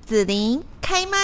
子琳开麦。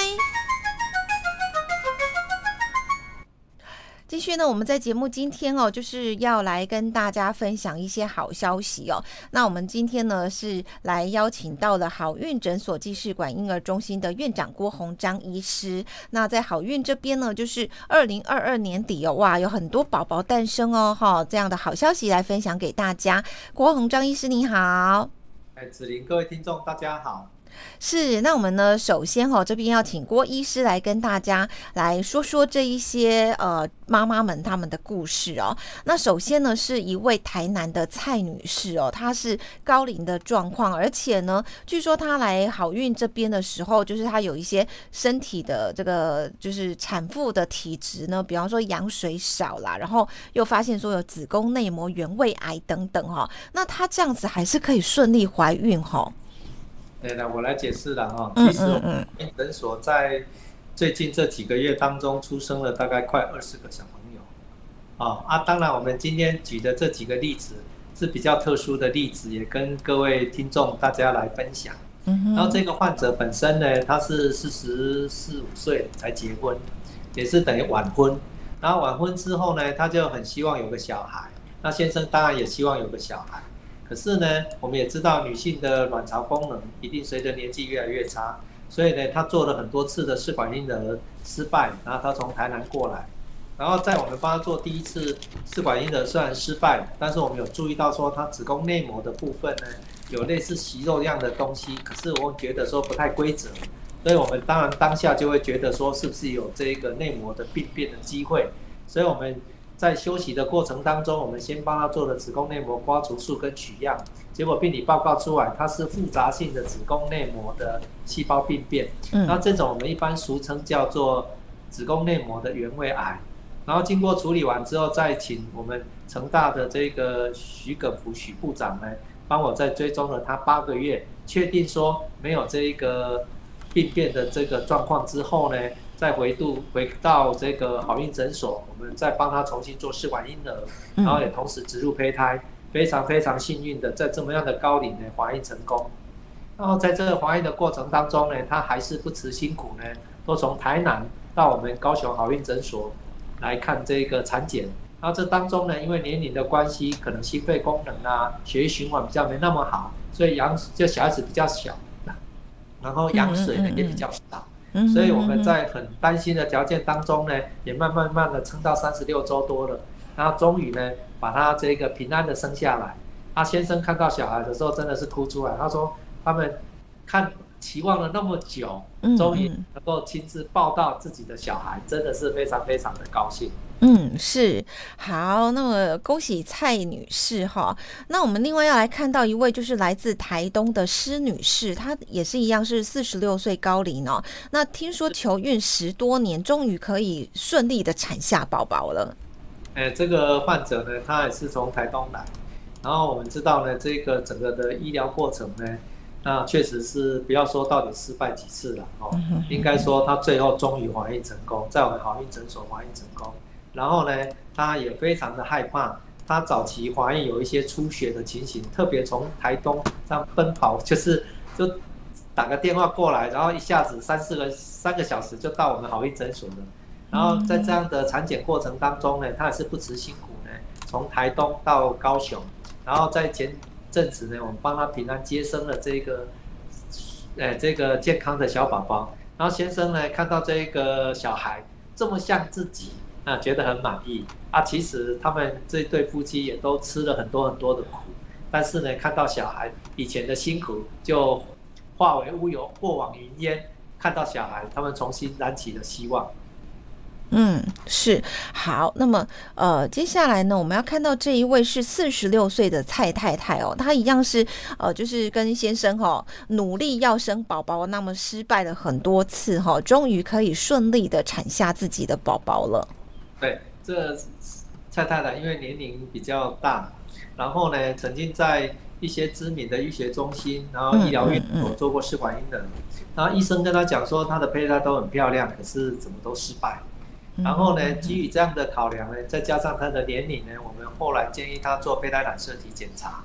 继续呢，我们在节目今天就是要来跟大家分享一些好消息哦。那我们今天呢是来邀请到了好运诊所济世馆婴儿中心的院长郭鸿章医师。那在好运这边呢，就是2022年底哇，有很多宝宝诞生这样的好消息来分享给大家。郭鸿章医师你好。 子琳，各位听众大家好。 是，那我们呢，首先这边要请郭医师来跟大家来说说这一些妈妈们他们的故事哦。那首先呢，是一位台南的蔡女士她是高龄的状况，而且呢，据说她来好运这边的时候，就是她有一些身体的这个就是产妇的体质呢，比方说羊水少啦，然后又发现说有子宫内膜原位癌等等那她这样子还是可以顺利怀孕对了，我来解释了其实我们诊所在最近这几个月当中出生了大概快20个小朋友当然我们今天举的这几个例子是比较特殊的例子，也跟各位听众大家来分享。然后这个患者本身呢，他是44、45岁才结婚，也是等于晚婚。然后晚婚之后呢，他就很希望有个小孩，那先生当然也希望有个小孩。可是呢，我们也知道女性的卵巢功能一定随着年纪越来越差，所以呢，她做了很多次的试管婴儿失败，然后她从台南过来，然后在我们帮她做第一次试管婴儿虽然失败，但是我们有注意到说她子宫内膜的部分呢，有类似息肉样的东西，可是我们觉得说不太规则，所以我们当然当下就会觉得说是不是有这个内膜的病变的机会，所以我们在休息的过程当中，我们先帮他做了子宫内膜刮除术跟取样，结果病理报告出来，它是复杂性的子宫内膜的细胞病变。那这种我们一般俗称叫做子宫内膜的原位癌。然后经过处理完之后，再请我们成大的这个许耿福许部长呢，帮我再追踪了他8个月，确定说没有这一个病变的这个状况之后呢，再回到这个好运诊所，我们再帮他重新做试管婴儿，然后也同时植入胚胎，非常非常幸运的在这么样的高龄呢怀孕成功。然后在这个怀孕的过程当中呢，他还是不辞辛苦呢，都从台南到我们高雄好运诊所来看这个产检。然后这当中呢，因为年龄的关系，可能心肺功能血液循环比较没那么好，所以就小孩子比较小，然后羊水呢也比较少。所以我们在很担心的条件当中呢，也慢慢的撑到36周多了，然后终于呢把他这个平安的生下来。他先生看到小孩的时候真的是哭出来，他说他们期望了那么久，终于能够亲自抱到自己的小孩，真的是非常非常的高兴。 是好，那么恭喜蔡女士那我们另外要来看到一位就是来自台东的施女士，她也是一样是46岁高龄那听说求孕10多年，终于可以顺利的产下宝宝了。 这个患者呢，他也是从台东来，然后我们知道呢，这个整个的医疗过程呢，那确实是不要说到底失败几次了应该说他最后终于怀孕成功，在我们好运诊所怀孕成功。然后呢，他也非常的害怕，他早期怀孕有一些出血的情形，特别从台东这样奔跑，就打个电话过来，然后一下子3个小时就到我们好运诊所了。然后在这样的产检过程当中呢，他也是不辞辛苦呢，从台东到高雄，然后在前阵子呢，我们帮他平安接生了这个健康的小宝宝。然后先生呢，看到这个小孩这么像自己，觉得很满意其实他们这对夫妻也都吃了很多很多的苦，但是呢，看到小孩以前的辛苦就化为乌有，过往云烟，看到小孩，他们重新燃起了希望。 是好。那么接下来呢，我们要看到这一位是46岁的蔡太太她一样是就是跟先生努力要生宝宝，那么失败了很多次终于可以顺利的产下自己的宝宝了。 对，这蔡太太因为年龄比较大，然后呢，曾经在一些知名的医学中心，然后医疗院有做过试管婴儿，然后医生跟他讲说，他的胚胎都很漂亮，可是怎么都失败。然后呢，基于这样的考量呢，再加上他的年龄呢，我们后来建议他做胚胎染色体检查。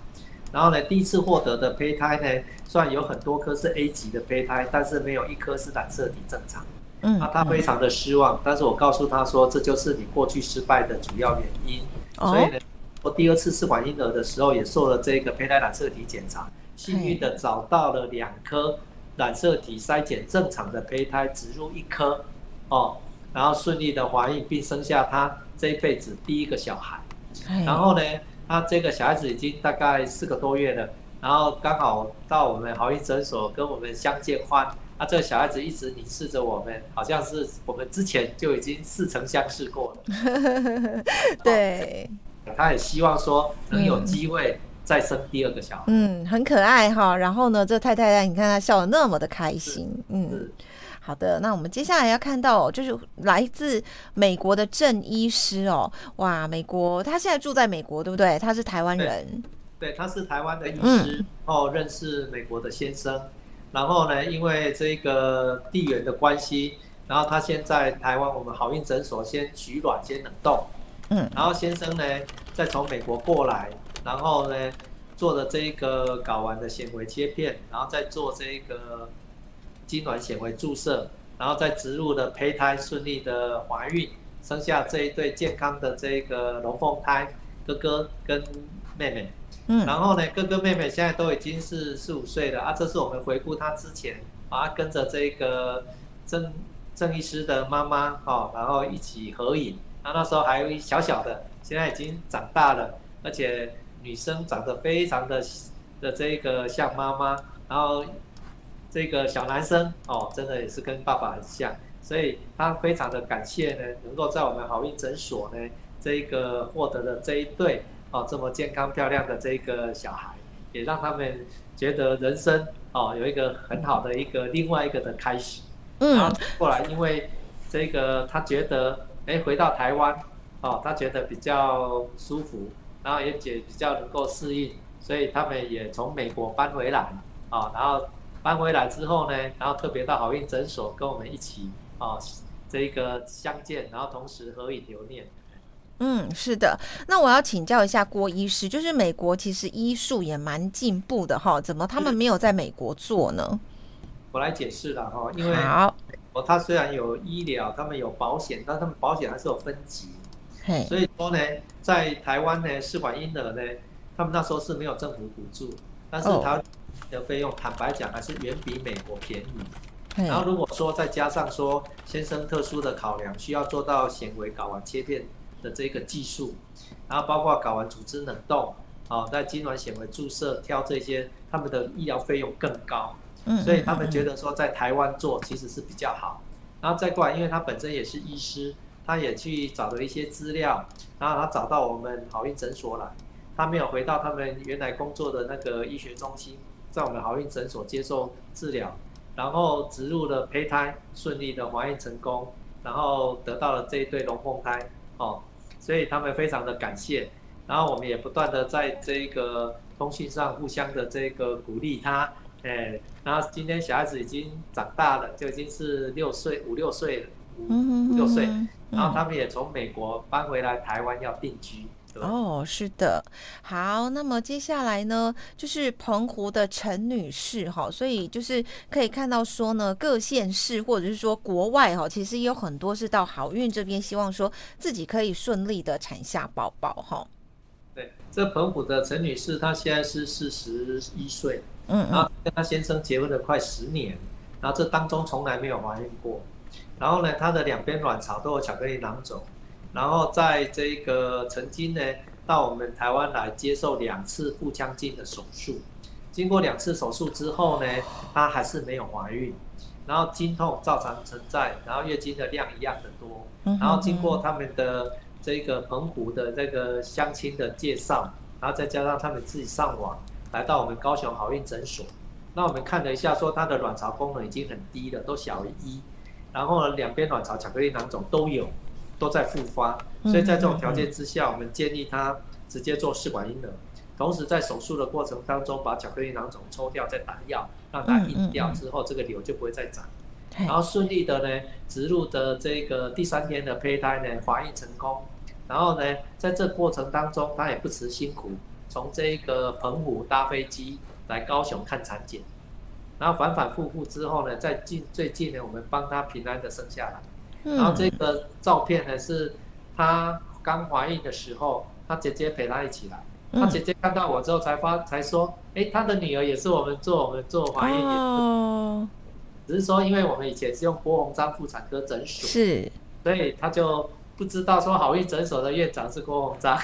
然后呢，第一次获得的胚胎呢，虽然有很多颗是 A 级的胚胎，但是没有一颗是染色体正常。那他非常的失望，但是我告诉他说，这就是你过去失败的主要原因。所以呢，我第二次试管婴儿的时候，也做了这个胚胎染色体检查，幸运的找到了2颗染色体筛检正常的胚胎，植入1颗，然后顺利的怀孕，并生下他这一辈子第一个小孩。然后呢，他这个小孩子已经大概4个多月了，然后刚好到我们好运诊所跟我们相见欢。这个小孩子一直凝视着我们，好像是我们之前就已经似曾相识过了。 对， 他也希望说能有机会再生第2个小孩。 很可爱哈。然后呢，这太太你看她笑得那么的开心。好的，那我们接下来要看到就是来自美国的郑医师哦。哇，美国，他现在住在美国，对不对？他是台湾人。 对，他是台湾的医师，认识美国的先生。然后呢，因为这个地缘的关系，然后他先在台湾我们好运诊所先取卵，先冷冻。然后先生呢，再从美国过来，然后呢，做了这个睾丸的纤维切片，然后再做这个精卵纤维注射，然后再植入的胚胎顺利的怀孕，生下这一对健康的这个龙凤胎，哥哥跟妹妹。然后呢，哥哥妹妹现在都已经是4、5岁了这是我们回顾他之前跟着这个郑医师的妈妈然后一起合影。那时候还有小小的，现在已经长大了，而且女生长得非常的这个像妈妈，然后这个小男生真的也是跟爸爸很像，所以他非常的感谢呢，能够在我们好运诊所呢这个获得的这一对这么健康漂亮的这个小孩，也让他们觉得人生有一个很好的另外一个的开始。然后过来，因为这个他觉得回到台湾他觉得比较舒服，然后也比较能够适应，所以他们也从美国搬回来然后搬回来之后呢，然后特别到好运诊所跟我们一起这个相见，然后同时合影留念。 是的。那我要请教一下郭医师，就是美国其实医术也蛮进步的怎么他们没有在美国做呢？ 我来解释了因为他虽然有医疗，他们有保险，但他们保险还是有分级。所以说呢，在台湾呢，试管婴儿呢，他们那时候是没有政府补助，但是台湾的费用坦白讲还是远比美国便宜。然后如果说再加上说先生特殊的考量，需要做到纤维睾丸切片的这个技术，然后包括睾丸组织冷冻在精卵纤维注射挑这些，他们的医疗费用更高。所以他们觉得说在台湾做其实是比较好。然后再过来，因为他本身也是医师，他也去找了一些资料，然后他找到我们好运诊所来，他没有回到他们原来工作的那个医学中心，在我们好运诊所接受治疗，然后植入了胚胎，顺利的怀孕成功，然后得到了这一对龙凤胎所以他们非常的感谢。然后我们也不断的在这个通讯上互相的这个鼓励他。然后今天小孩子已经长大了，就已经是5、6岁了，5、6岁。然后他们也从美国搬回来台湾要定居。 是的。好，那么接下来呢，就是澎湖的陈女士所以就是可以看到说呢，各县市或者是说国外其实也有很多是到好运这边，希望说自己可以顺利的产下宝宝对，这澎湖的陈女士，她现在是41岁。然后跟他先生结婚了快10年，然后这当中从来没有怀孕过。然后呢，他的2边卵巢都有巧克力囊肿，然后在这个曾经呢到我们台湾来接受2次腹腔镜的手术。经过2次手术之后呢，他还是没有怀孕，然后经痛照常存在，然后月经的量一样的多。然后经过他们的这个澎湖的这个乡亲的介绍，然后再加上他们自己上网。来到我们高雄好运诊所，那我们看了一下，说他的卵巢功能已经很低了，都小于1，然后呢2边卵巢巧克力囊肿都在复发，所以在这种条件之下，我们建议他直接做试管婴儿，同时在手术的过程当中把巧克力囊肿抽掉，再打药让它硬掉之后，这个瘤就不会再长，然后顺利的呢植入的这个第3天的胚胎呢怀孕成功，然后呢在这过程当中他也不辞辛苦。 从这个澎湖搭飞机来高雄看产检，然后反反复复之后呢，最近呢，我们帮她平安的生下来。然后这个照片呢，是她刚怀孕的时候，她姐姐陪她一起来。她姐姐看到我之后才说，她的女儿也是我们做怀孕也只是说因为我们以前是用郭鸿章妇产科诊所， 是， 所以她就不知道说好运诊所的院长是郭鸿章，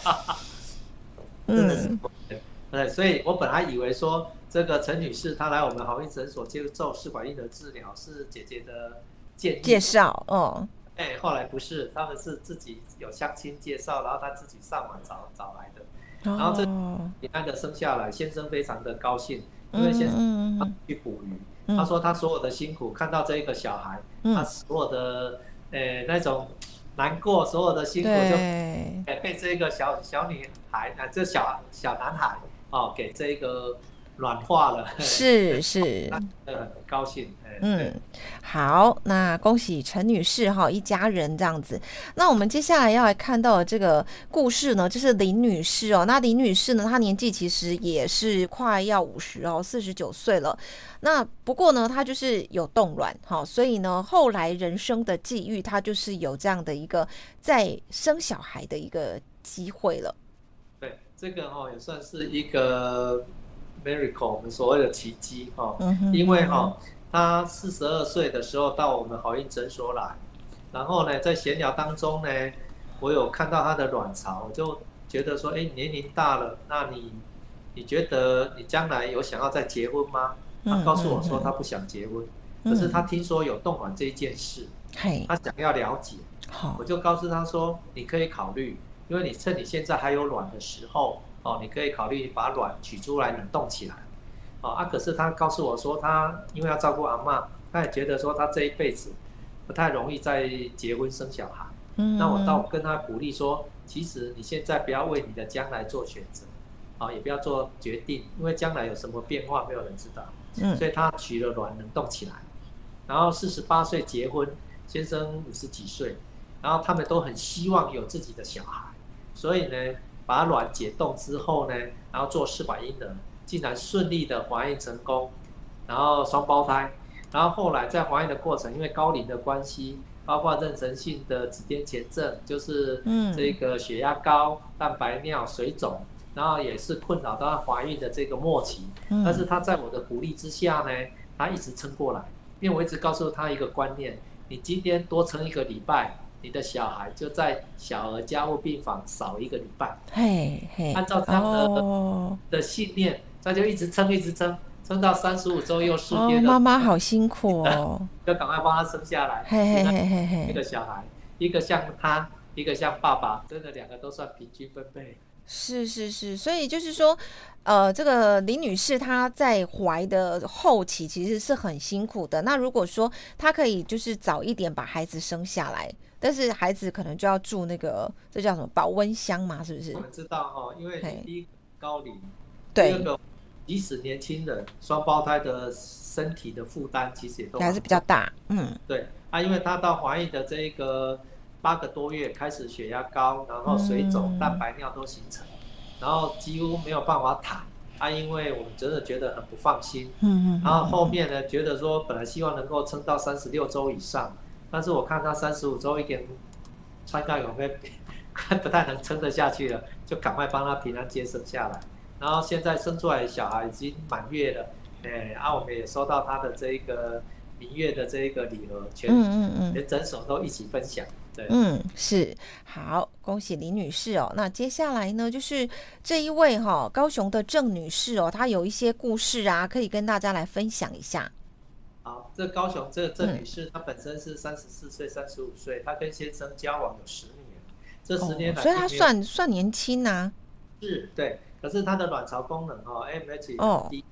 真的是。对，所以我本来以为说这个陈女士她来我们好运诊所接受试管婴儿治疗是姐姐的介绍， 后来不是，他们是自己有相亲介绍，然后她自己上网找来的，然后这平安的生下来，先生非常的高兴，因为先生他去捕鱼，他说他所有的辛苦，看到这一个小孩，他所有的那种难过，所有的辛苦就被这个小女孩这小男孩给这个软化了， 是， 很高兴。 好，那恭喜陈女士一家人这样子。那我们接下来要来看到的这个故事呢，就是林女士那林女士呢，她年纪其实也是快要5049岁了。那不过呢，她就是有冻卵所以呢，后来人生的际遇，她就是有这样的一个再生小孩的一个机会了。 对，这个也算是一个 miracle， 我们所谓的奇迹因为他42岁的时候到我们好运诊所来，然后呢，在闲聊当中呢，我有看到他的卵巢，我就觉得说，年龄大了，那你觉得你将来有想要再结婚吗？他告诉我说他不想结婚，可是他听说有冻卵这一件事，他想要了解，我就告诉他说，你可以考虑，因为你趁你现在还有卵的时候，你可以考虑把卵取出来冷冻起来。可是他告诉我说，他因为要照顾阿嬷，他也觉得说他这一辈子不太容易再结婚生小孩。那我倒跟他鼓励说，其实你现在不要为你的将来做选择，也不要做决定，因为将来有什么变化没有人知道。所以他取了卵冷冻起来，然后48岁结婚，先生50几岁，然后他们都很希望有自己的小孩，所以呢，把卵解冻之后呢，然后做试管婴儿。竟然顺利的怀孕成功，然后双胞胎，然后后来在怀孕的过程，因为高龄的关系，包括妊娠性的子痫前症，就是这个血压高、蛋白尿、水肿，然后也是困扰到她怀孕的这个末期。但是她在我的鼓励之下呢，她一直撑过来，因为我一直告诉她一个观念：你今天多撑1个礼拜，你的小孩就在小儿加护病房少1个礼拜。按照这样的信念。他就一直撑撑到35周又4天妈妈好辛苦就赶快帮他生下来。一个小孩，一个像他，一个像爸爸，真的2个都算平均分配。 是，所以就是说，这个林女士她在怀的后期其实是很辛苦的。那如果说她可以就是早一点把孩子生下来，但是孩子可能就要住那个这叫什么保温箱嘛，是不是？ 我们知道因为第一个高龄， 对， 第二个即使年轻人双胞胎的身体的负担其实也都还是比较大。 对因为她到怀孕的这个8个多月开始血压高，然后水肿、蛋白尿都形成，然后几乎没有办法躺因为我们真的觉得很不放心。然后后面呢，觉得说本来希望能够撑到36周以上，但是我看他35周一点穿杠有没有不太能撑得下去了，就赶快帮他平安接生下来。然后现在生出来的小孩已经满月了，我们也收到他的这个明月的这个礼盒，全诊所都一起分享。对， 是，好，恭喜林女士那接下来呢，就是这一位高雄的郑女士她有一些故事可以跟大家来分享一下。 好，这高雄这个郑女士，她本身是34岁、35岁，她跟先生交往有10年，这10年来， 所以她算年轻啊。 是，对，可是她的卵巢功能AMH 低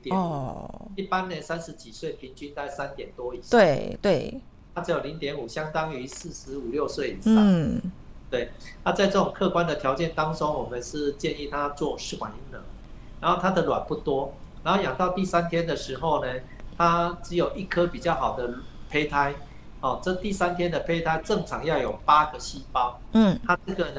0.5，一般呢30几岁平均在3点多以上。 对。 它只有0.5，相当于45、6岁以上。对。在这种客观的条件当中，我们是建议他做试管婴儿，然后他的卵不多，然后养到第3天的时候呢，他只有1颗比较好的胚胎。这第3天的胚胎正常要有8个细胞。他这个呢，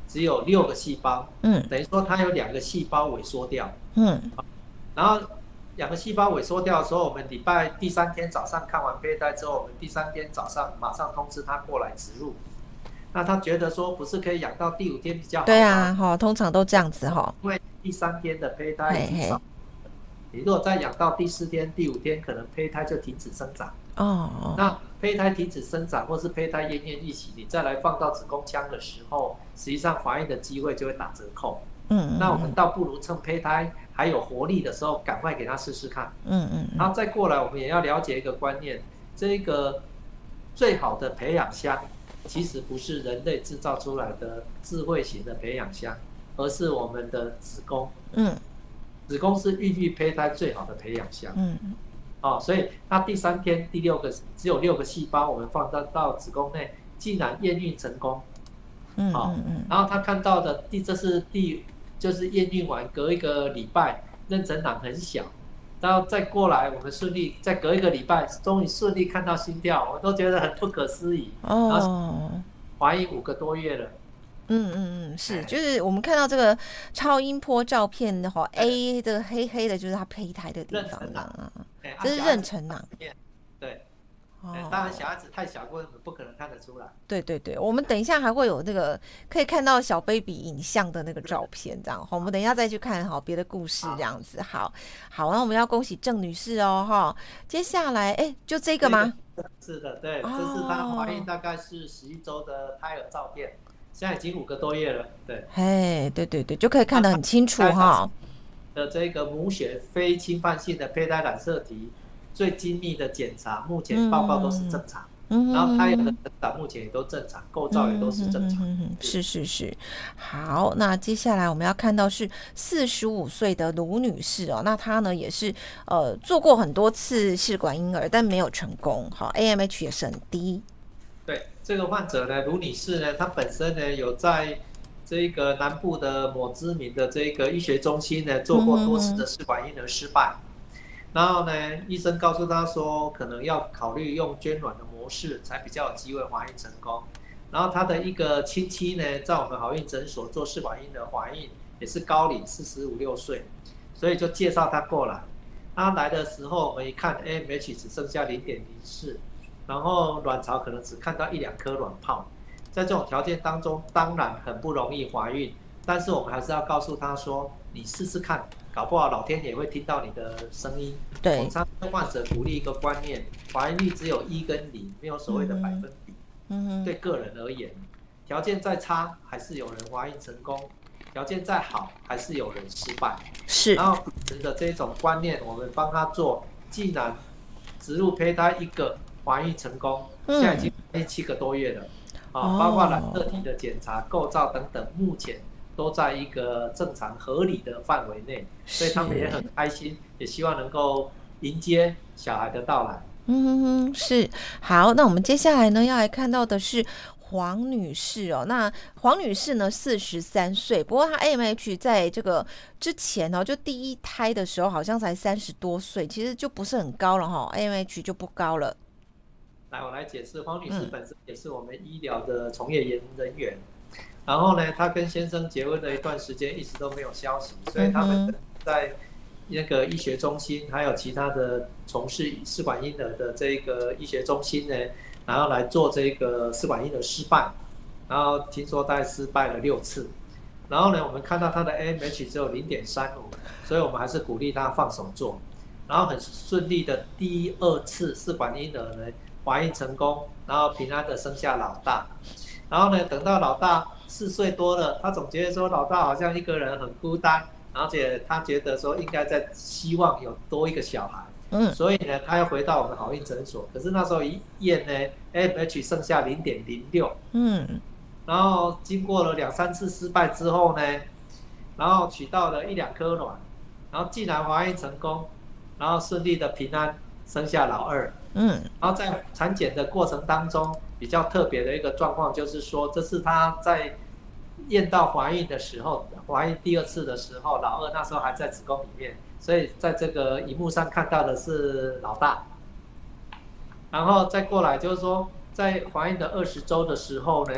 只有6个细胞，等于说它有2个细胞萎缩掉，然后2个细胞萎缩掉的时候，我们礼拜第3天早上看完胚胎之后，我们第3天早上马上通知他过来植入。那他觉得说不是可以养到第5天比较好吗？ 对啊，通常都这样子哈。 因为第3天的胚胎已经少，你如果再养到第4天、第5天，可能胚胎就停止生长。那胚胎停止生长，或是胚胎奄奄一息，你再来放到子宫腔的时候，实际上怀孕的机会就会打折扣。那我们倒不如趁胚胎还有活力的时候，赶快给他试试看。然后再过来，我们也要了解一个观念，这个最好的培养箱，其实不是人类制造出来的智慧型的培养箱，而是我们的子宫。子宫是孕育胚胎最好的培养箱。所以它第3天第6个只有6个细胞，我们放到子宫内，竟然验孕成功。然后他看到的这是就是验孕完隔1个礼拜，妊娠囊很小，然后再过来我们顺利再隔1个礼拜，终于顺利看到心跳，我都觉得很不可思议。然后怀孕5个多月了。 是，就是我们看到这个超音波照片的话 ，A 的黑黑的就是它胚胎的地方啊，这是妊娠囊。 对。当然小孩子太小，我们不可能看得出来。 对，我们等一下还会有那个可以看到小 baby 影像的那个照片，这样。我们等一下再去看别的故事这样子。好，那我们要恭喜郑女士哦，接下来就这个吗？ 是的，对，这是她怀孕大概是11周的胎儿照片，现在已经5个多月了。对， 对，就可以看得很清楚哈。 的这个母血非侵犯性的胚胎染色体。最精密的检查，目前报告都是正常，然后胎儿的成长目前也都正常，构造也都是正常。 是。好，那接下来我们要看到是45岁的卢女士那她呢也是做过很多次试管婴儿，但没有成功。AMH 也是很低。 对，这个患者呢，卢女士呢，她本身呢有在这个南部的某知名的这个医学中心呢做过多次的试管婴儿失败。然后呢，医生告诉他说，可能要考虑用捐卵的模式，才比较有机会怀孕成功。然后他的一个亲戚呢，在我们好孕诊所做试管婴儿怀孕，也是高龄45、6岁，所以就介绍他过来。他来的时候，我们一看 AMH 只剩下0.04，然后卵巢可能只看到1、2颗卵泡。在这种条件当中，当然很不容易怀孕，但是我们还是要告诉他说，你试试看。搞不好老天也会听到你的声音。 对， 我常跟患者鼓励一个观念：怀孕率只有1跟0，没有所谓的百分比。对个人而言，条件再差还是有人怀孕成功，条件再好还是有人失败。 是。 然后持着这种观念，我们帮他做，既然植入胚胎1个怀孕成功，现在已经7个多月了，包括染色体的检查、构造等等，目前都在一个正常合理的范围内，所以他们也很开心，也希望能够迎接小孩的到来。 是。好，那我们接下来呢要来看到的是黄女士那黄女士呢43岁，不过她 AMH 在这个之前就第1胎的时候好像才30多岁，其实就不是很高了AMH 就不高了。 来，我来解释，黄女士本身也是我们医疗的从业人员。然后呢，她跟先生结婚的一段时间一直都没有消息，所以他们在那个医学中心，还有其他的从事试管婴儿的这个医学中心呢，然后来做这个试管婴儿失败，然后听说大概失败了6次，然后呢，我们看到她的 AMH 只有0.35，所以我们还是鼓励她放手做，然后很顺利的第2次试管婴儿呢怀孕成功，然后平安的生下老大。然后呢，等到老大4岁多了，他总觉得说老大好像一个人很孤单，而且他觉得说应该在希望有多一个小孩，所以呢，他要回到我们好孕诊所。可是那时候一验呢 ，AMH 剩下0.06，然后经过了2、3次失败之后呢，然后取到了1、2颗卵，然后竟然怀孕成功，然后顺利的平安生下老二。然后在产检的过程当中，比较特别的一个状况就是说，这是她在验到怀孕的时候，怀孕第2次的时候，老二那时候还在子宫里面，所以在这个荧幕上看到的是老大。然后再过来就是说，在怀孕的20周的时候呢，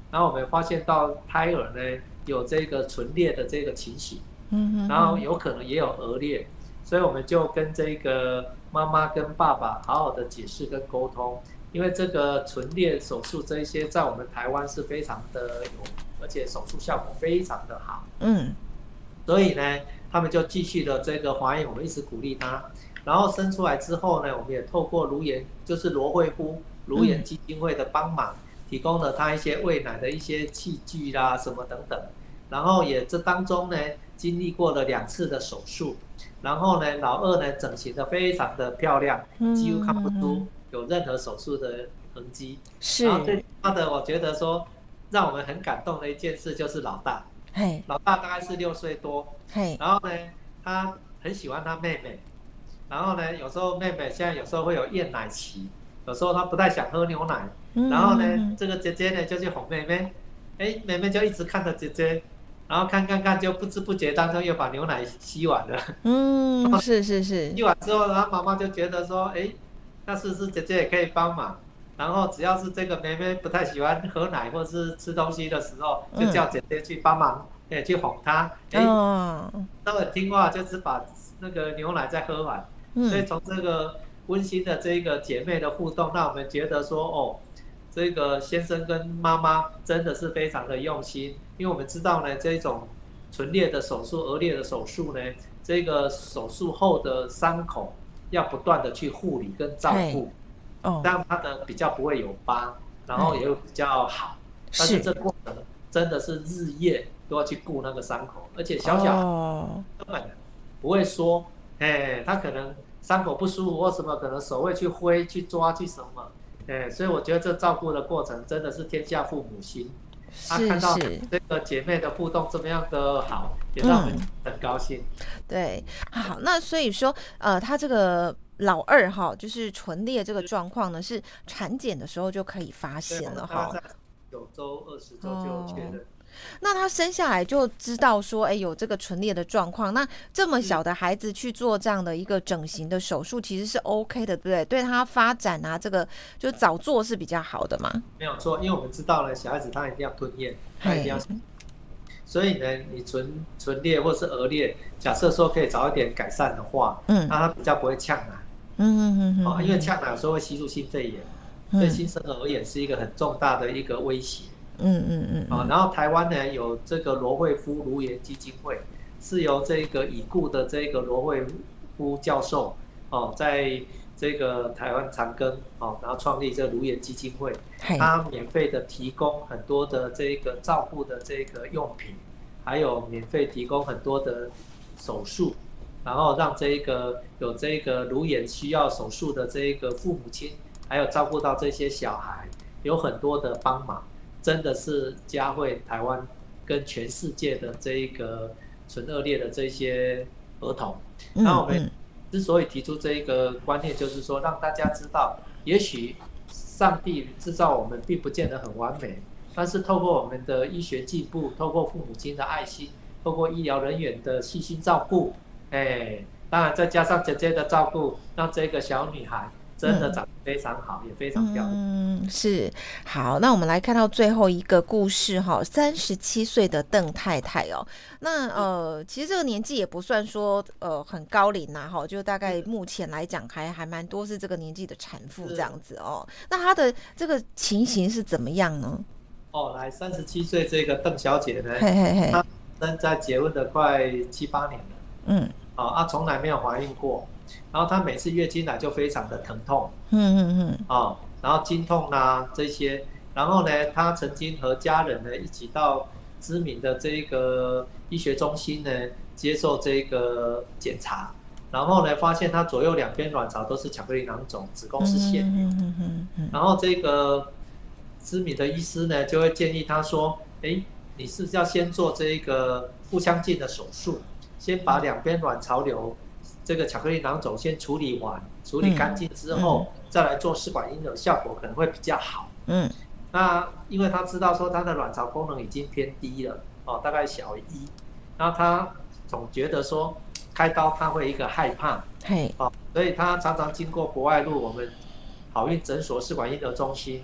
然后我们发现到胎儿呢有这个唇裂的这个情形，然后有可能也有腭裂，所以我们就跟这个妈妈跟爸爸好好的解释跟沟通，因为这个唇裂手术这一些在我们台湾是非常的有，而且手术效果非常的好，所以呢，他们就继续的这个怀孕，我们一直鼓励他。然后生出来之后呢，我们也透过卢研，就是罗慧夫卢研基金会的帮忙，提供了他一些喂奶的一些器具啦，什么等等。然后也这当中呢，经历过了2次的手术，然后呢，老二呢整形的非常的漂亮，几乎看不出有任何手术的痕迹。 是。 然后最重要的，我觉得说让我们很感动的一件事就是老大。老大大概是6岁多，然后呢，他很喜欢他妹妹，然后呢，有时候妹妹现在有时候会有厌奶期，有时候她不太想喝牛奶，然后呢，这个姐姐呢就去哄妹妹，妹妹就一直看着姐姐，然后看，就不知不觉当中又把牛奶吸完了。 是。 吸完之后，然后妈妈就觉得说，那是不是姐姐也可以帮忙？然后只要是这个妹妹不太喜欢喝奶或是吃东西的时候，就叫姐姐去帮忙，去哄她。都很听话，就是把那个牛奶再喝完。所以从这个温馨的这个姐妹的互动，让我们觉得说，这个先生跟妈妈真的是非常的用心，因为我们知道呢，这种唇裂的手术、腭裂的手术呢，这个手术后的伤口要不断的去护理跟照顾。让它的比较不会有疤，然后也会比较好。但是这过程真的是日夜都要去顾那个伤口，而且小孩根本不会说，他可能伤口不舒服或什么，可能手会去挥、去抓、去什么，所以我觉得这照顾的过程真的是天下父母心。看到这个姐妹的互动这么样的好，也让我们很高兴。 对，好，那所以说，他这个老二就是唇裂这个状况呢，是产检的时候就可以发现了哈。 9周、20周就确认。 那他生下来就知道说，有这个唇裂的状况。那这么小的孩子去做这样的一个整形的手术，其实是 OK 的，对不对？对他发展啊，这个就早做是比较好的嘛。 没有错，因为我们知道呢，小孩子他一定要吞咽，他一定要。所以呢，你唇裂或是腭裂，假设说可以早一点改善的话，那他比较不会呛奶。因为呛奶有时候会吸入心肺炎，对新生儿而言是一个很重大的一个威胁。然后台湾呢有这个罗慧夫卢研基金会，是由这个已故的这个罗慧夫教授在这个台湾长庚然后创立这个卢研基金会，他免费的提供很多的这个照顾的这个用品，还有免费提供很多的手术，然后让这个有这个卢研需要手术的这个父母亲，还有照顾到这些小孩，有很多的帮忙。真的是嘉惠台湾跟全世界的这一个唇腭裂的这些儿童。那我们之所以提出这一个观念，就是说让大家知道，也许上帝制造我们并不见得很完美，但是透过我们的医学进步，透过父母亲的爱心，透过医疗人员的细心照顾，当然再加上姐姐的照顾，让这个小女孩真的长得非常好，也非常漂亮。 是。好，那我们来看到最后一个故事哈，37岁的邓太太哦。那其实这个年纪也不算说很高龄呐哈，就大概目前来讲还蛮多是这个年纪的产妇这样子哦。那她的这个情形是怎么样呢？ 来37岁这个邓小姐呢，她正在结婚的快7、8年了，从来没有怀孕过。然后她每次月经来就非常的疼痛，然后经痛这些，然后呢，她曾经和家人呢一起到知名的这个医学中心呢接受这个检查，然后呢发现她左右2边卵巢都是巧克力囊肿，子宫是腺瘤，然后这个知名的医师呢就会建议她说，你是要先做这个腹腔镜的手术，先把2边卵巢瘤这个巧克力囊肿先处理完，处理干净之后，再来做试管婴儿，效果可能会比较好。那因为他知道说他的卵巢功能已经偏低了，大概小于1，那他总觉得说开刀他会一个害怕，所以他常常经过博爱路我们好运诊所试管婴儿中心，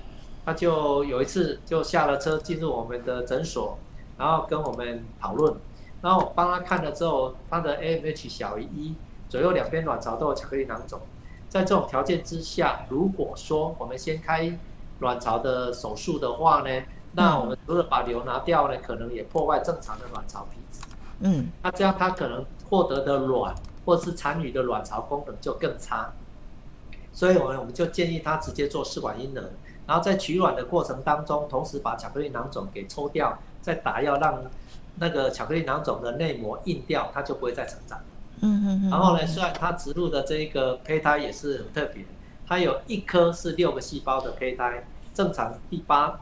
他就有一次就下了车进入我们的诊所，然后跟我们讨论，然后我帮他看了之后，他的 AMH 小于1，左右两边卵巢都有巧克力囊肿。在这种条件之下，如果说我们先开卵巢的手术的话呢，那我们除了把瘤拿掉呢，可能也破坏正常的卵巢皮质。那这样他可能获得的卵或是残余的卵巢功能就更差。所以我们就建议他直接做试管婴儿，然后在取卵的过程当中，同时把巧克力囊肿给抽掉，再打药让那个巧克力囊肿的内膜硬掉，它就不会再成长。然后呢，虽然它植入的这个胚胎也是很特别，它有一颗是6个细胞的胚胎，正常第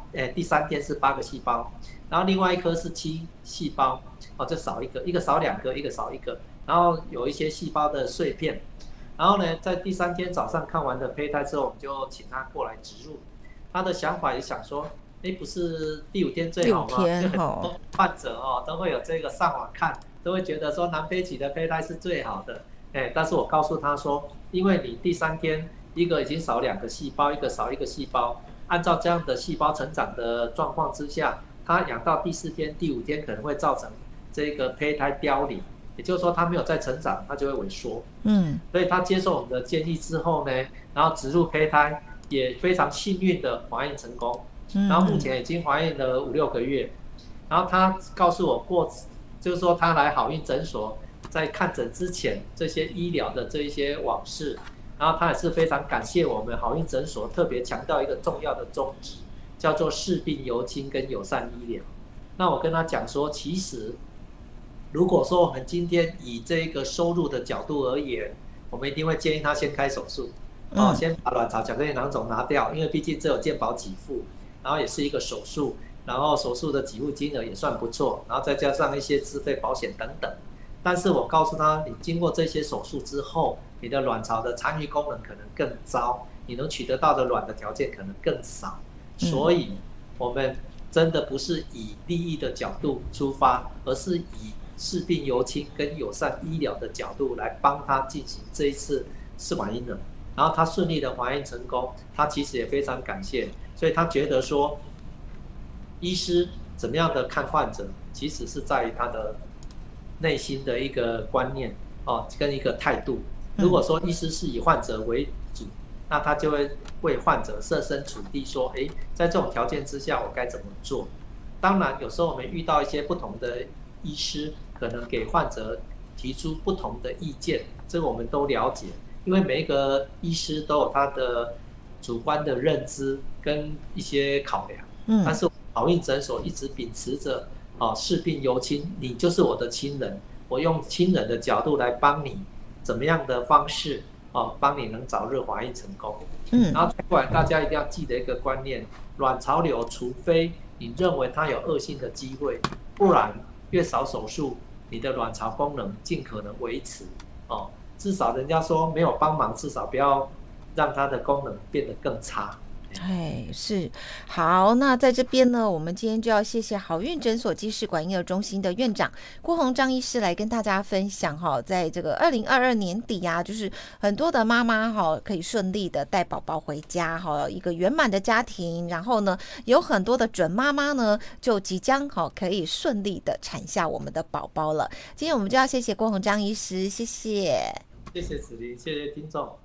3天是8个细胞，然后另外一颗是7细胞，就少一个，一个少2个，一个少1个，然后有一些细胞的碎片。然后呢，在第3天早上看完的胚胎之后，我们就请他过来植入。他的想法也想说，不是第5天最好吗？就很多患者都会有这个上网看，都会觉得说南非起的胚胎是最好的。但是我告诉他说，因为你第3天一个已经少2个细胞，一个少1个细胞，按照这样的细胞成长的状况之下，它养到第4天、第5天可能会造成这个胚胎凋零。也就是说，它没有再成长，它就会萎缩。所以他接受我们的建议之后呢，然后植入胚胎，也非常幸运的怀孕成功。然后目前已经怀孕了5、6个月。然后他告诉我就是说他来好运诊所，在看诊之前这些医疗的这一些往事。然后他也是非常感谢我们好运诊所特别强调一个重要的宗旨，叫做视病由亲跟友善医疗。那我跟他讲说，其实如果说我们今天以这个收入的角度而言，我们一定会建议他先开手术，先把卵巢巧克力囊肿拿掉，因为毕竟这有健保给付，然后也是一个手术，然后手术的给付金额也算不错，然后再加上一些自费保险等等。但是我告诉他，你经过这些手术之后，你的卵巢的残余功能可能更糟，你能取得到的卵的条件可能更少，所以我们真的不是以利益的角度出发，而是以视病由亲跟友善医疗的角度来帮他进行这一次试管婴儿，然后他顺利的怀孕成功，他其实也非常感谢，所以他觉得说，医师怎么样的看患者，其实是在于他的内心的一个观念跟一个态度。如果说医师是以患者为主，那他就会为患者设身处地说，在这种条件之下我该怎么做。当然有时候我们遇到一些不同的医师，可能给患者提出不同的意见，这个我们都了解，因为每一个医师都有他的主观的认知跟一些考量。但是好运诊所一直秉持着视病由亲，你就是我的亲人，我用亲人的角度来帮你，怎么样的方式帮你能早日怀孕成功。然后再过来，大家一定要记得一个观念，卵巢瘤除非你认为它有恶性的机会，不然越少手术，你的卵巢功能尽可能维持至少人家说没有帮忙，至少不要让它的功能变得更差。 是好。那在这边呢，我们今天就要谢谢好运诊所暨试管婴儿中心的院长郭宏章医师来跟大家分享在这个2022年底就是很多的妈妈可以顺利的带宝宝回家一个圆满的家庭，然后呢有很多的准妈妈呢就即将可以顺利的产下我们的宝宝了。今天我们就要谢谢郭宏章医师，谢谢。 谢谢子琳，谢谢听众。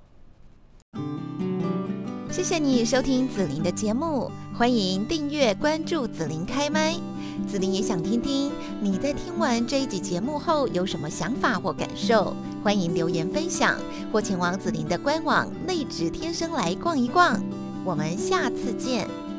谢谢你收听子琳的节目，欢迎订阅关注子琳开麦。子琳也想听听你在听完这一集节目后有什么想法或感受，欢迎留言分享或前往子琳的官网内职天生来逛一逛。我们下次见。